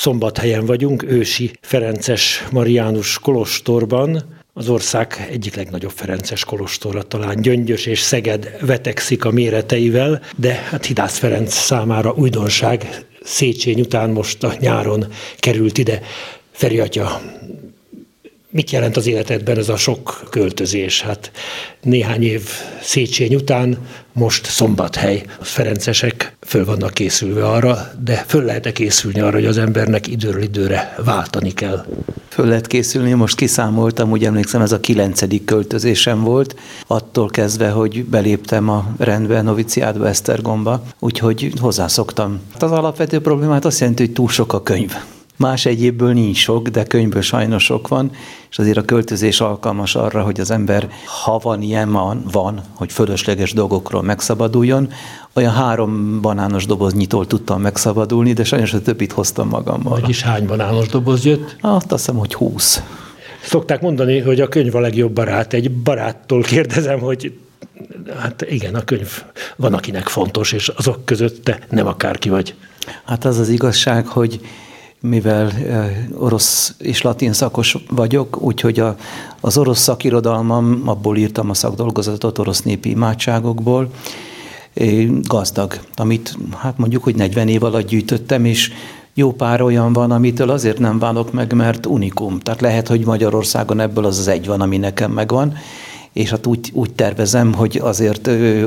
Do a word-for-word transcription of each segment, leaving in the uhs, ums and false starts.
Szombathelyen vagyunk, ősi ferences mariánus kolostorban. Az ország egyik legnagyobb ferences kolostora, talán Gyöngyös és Szeged vetekszik a méreteivel, de hát Hidász Ferenc számára újdonság, Széchenyi után most a nyáron került ide. Feri atya, mit jelent az életedben ez a sok költözés? Hát néhány év Széchenyi után most Szombathely. A ferencesek föl vannak készülve arra, de föl lehet-e készülni arra, hogy az embernek időről időre váltani kell? Föl lehet készülni, most kiszámoltam, úgy emlékszem, ez a kilencedik költözésem volt, attól kezdve, hogy beléptem a rendbe, noviciátba, Esztergomba, úgyhogy hozzászoktam. Az alapvető problémát azt jelenti, hogy túl sok a könyv. Más egyébből nincs sok, de könyvből sajnos sok van, és azért a költözés alkalmas arra, hogy az ember, ha van ilyen, van, hogy fölösleges dolgokról megszabaduljon. Olyan három banános doboznyitól tudtam megszabadulni, de sajnos a többit hoztam magammal. Vagyis hány banános doboz jött? Hát azt hiszem, hogy húsz. Szokták mondani, hogy a könyv a legjobb barát. Egy baráttól kérdezem, hogy hát igen, a könyv van, akinek fontos, és azok között te nem akárki vagy. Hát az az igazság, hogy mivel orosz és latin szakos vagyok, úgyhogy a, az orosz szakirodalmam, abból írtam a szakdolgozatot orosz népi imádságokból, gazdag, amit hát mondjuk, hogy negyven év alatt gyűjtöttem, és jó pár olyan van, amitől azért nem válok meg, mert unikum. Tehát lehet, hogy Magyarországon ebből az az egy van, ami nekem megvan, és hát úgy, úgy tervezem, hogy azért,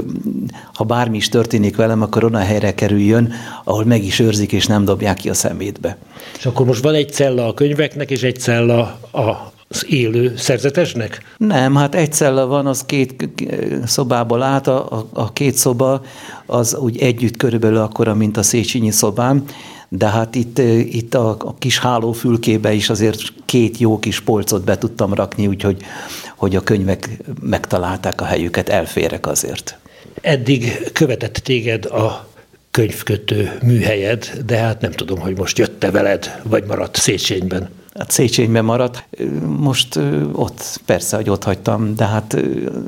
ha bármi is történik velem, akkor olyan helyre kerüljön, ahol meg is őrzik, és nem dobják ki a szemétbe. És akkor most van egy cella a könyveknek, és egy cella az élő szerzetesnek? Nem, hát egy cella van, az két szobából át, a, a két szoba az úgy együtt körülbelül akkora, mint a Széchenyi szobám, de hát itt, itt a, a kis hálófülkébe is azért két jó kis polcot be tudtam rakni, úgyhogy hogy a könyvek megtalálták a helyüket, elférek azért. Eddig követett téged a könyvkötő műhelyed, de hát nem tudom, hogy most jött-e veled, vagy maradt Széchenyben. Hát Széchenyben maradt. Most ott, persze, hogy ott hagytam, de hát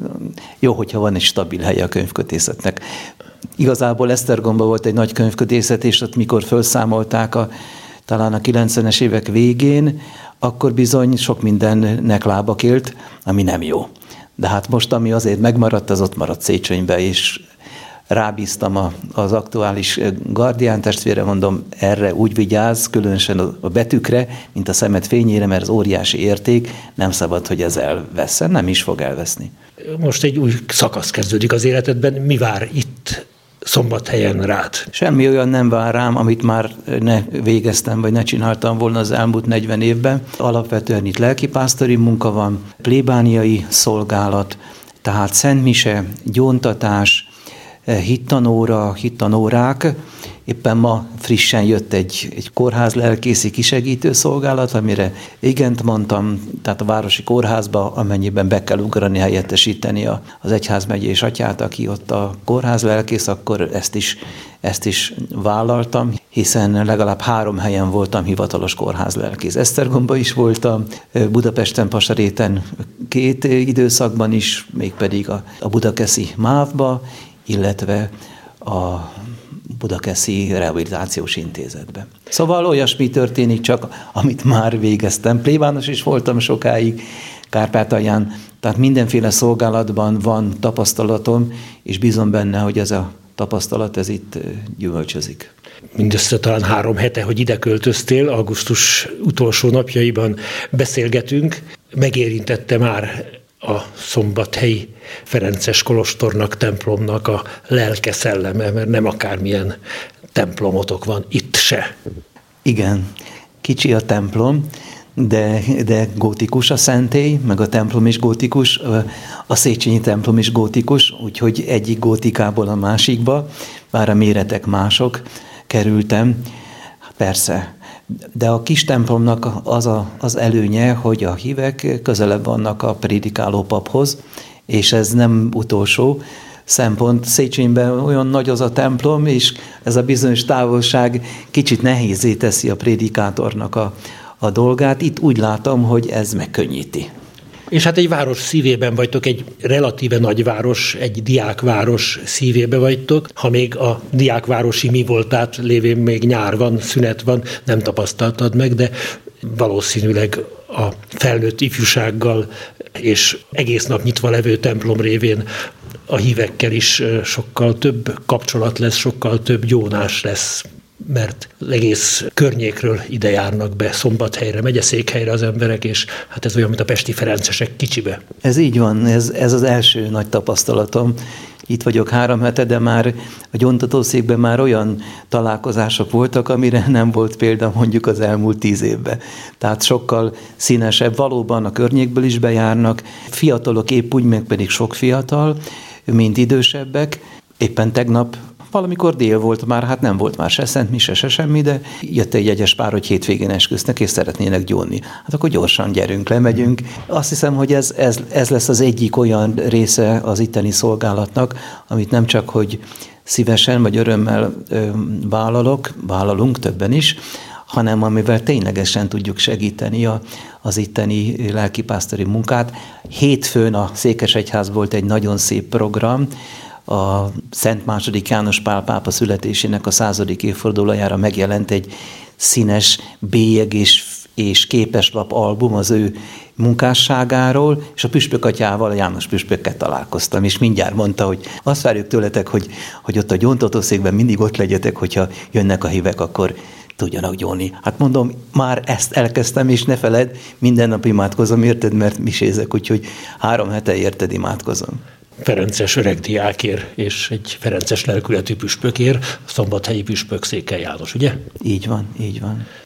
jó, hogyha van egy stabil helye a könyvkötészetnek. Igazából Esztergomban volt egy nagy könyvkötészet, és ott mikor felszámolták a, talán a kilencvenes évek végén, akkor bizony sok mindennek lába kélt, ami nem jó. De hát most, ami azért megmaradt, az ott maradt Széchenybe, és rábíztam a, az aktuális Guardián testvére, mondom, erre úgy vigyázz, különösen a betűkre, mint a szemed fényére, mert az óriási érték, nem szabad, hogy ez elvesszen, nem is fog elveszni. Most egy új szakasz kezdődik az életedben, mi vár itt Szombathelyen rád? Semmi olyan nem vár rám, amit már ne végeztem, vagy ne csináltam volna az elmúlt negyven évben. Alapvetően itt lelkipásztori munka van, plébániai szolgálat, tehát szentmise, gyóntatás, hittanóra, hittanórák. Éppen ma frissen jött egy, egy kórház lelkészi kisegítő szolgálat, amire igent mondtam, tehát a városi kórházba, amennyiben be kell ugrani, helyettesíteni a, az egyházmegyés atyát, aki ott a kórház lelkész, akkor ezt is, ezt is vállaltam, hiszen legalább három helyen voltam hivatalos kórház lelkész. Esztergomba is voltam, Budapesten, Pasaréten két időszakban is, mégpedig a, a budakeszi mávba, illetve a Budakeszi Rehabilitációs Intézetben. Szóval olyasmi történik csak, amit már végeztem. Plébános is voltam sokáig Kárpátalján, tehát mindenféle szolgálatban van tapasztalatom, és bízom benne, hogy ez a tapasztalat ez itt gyümölcsözik. Mindössze talán három hete, hogy ide költöztél, augusztus utolsó napjaiban beszélgetünk, megérintette már a szombathelyi ferences kolostornak, templomnak a lelke szelleme, mert nem akármilyen templomotok van itt se. Igen, kicsi a templom, de, de gótikus a szentély, meg a templom is gótikus, a Széchenyi templom is gótikus, úgyhogy egyik gótikából a másikba, bár a méretek mások, kerültem. Persze, de a kis templomnak az a, az előnye, hogy a hívek közelebb vannak a prédikáló paphoz, és ez nem utolsó szempont. Széchenyben olyan nagy az a templom, és ez a bizonyos távolság kicsit nehézé teszi a prédikátornak a, a dolgát. Itt úgy látom, hogy ez megkönnyíti. És hát egy város szívében vagytok, egy relatíve nagy város, egy diákváros szívébe vagytok. Ha még a diákvárosi mi voltát lévén még nyár van, szünet van, nem tapasztaltad meg, de valószínűleg a felnőtt ifjúsággal és egész nap nyitva levő templom révén a hívekkel is sokkal több kapcsolat lesz, sokkal több gyónás lesz, mert az egész környékről ide járnak be Szombathelyre, megyeszékhelyre az emberek, és hát ez olyan, mint a pesti ferencesek kicsibe. Ez így van, ez, ez az első nagy tapasztalatom. Itt vagyok három hete, de már a gyóntatószékben már olyan találkozások voltak, amire nem volt példa mondjuk az elmúlt tíz évben. Tehát sokkal színesebb, valóban a környékből is bejárnak, fiatalok épp úgy, meg pedig sok fiatal, mint idősebbek. Éppen tegnap valamikor dél volt már, hát nem volt már se szentmise, se semmi, de jött egy jegyes pár, hogy hétvégén esküsznek, és szeretnének gyónni. Hát akkor gyorsan gyerünk, lemegyünk. Azt hiszem, hogy ez, ez, ez lesz az egyik olyan része az itteni szolgálatnak, amit nem csak, hogy szívesen vagy örömmel ö, vállalok, vállalunk többen is, hanem amivel ténylegesen tudjuk segíteni a, az itteni lelkipásztori munkát. Hétfőn a Székesegyház volt egy nagyon szép program, a Szent második János Pál pápa születésének a századik évfordulójára megjelent egy színes bélyeg és, és képeslap album az ő munkásságáról, és a püspök atyával, a János püspökkel találkoztam, és mindjárt mondta, hogy azt várjuk tőletek, hogy, hogy ott a gyóntatószékben mindig ott legyetek, hogyha jönnek a hívek, akkor tudjanak gyónni. Hát mondom, már ezt elkezdtem, és ne feled, minden nap imádkozom, érted, mert misézek, úgyhogy három hete érted, imádkozom. Ferences öreg diákért és egy ferences lelkületű püspökért, a szombathelyi püspök Székely János, ugye? Így van, így van.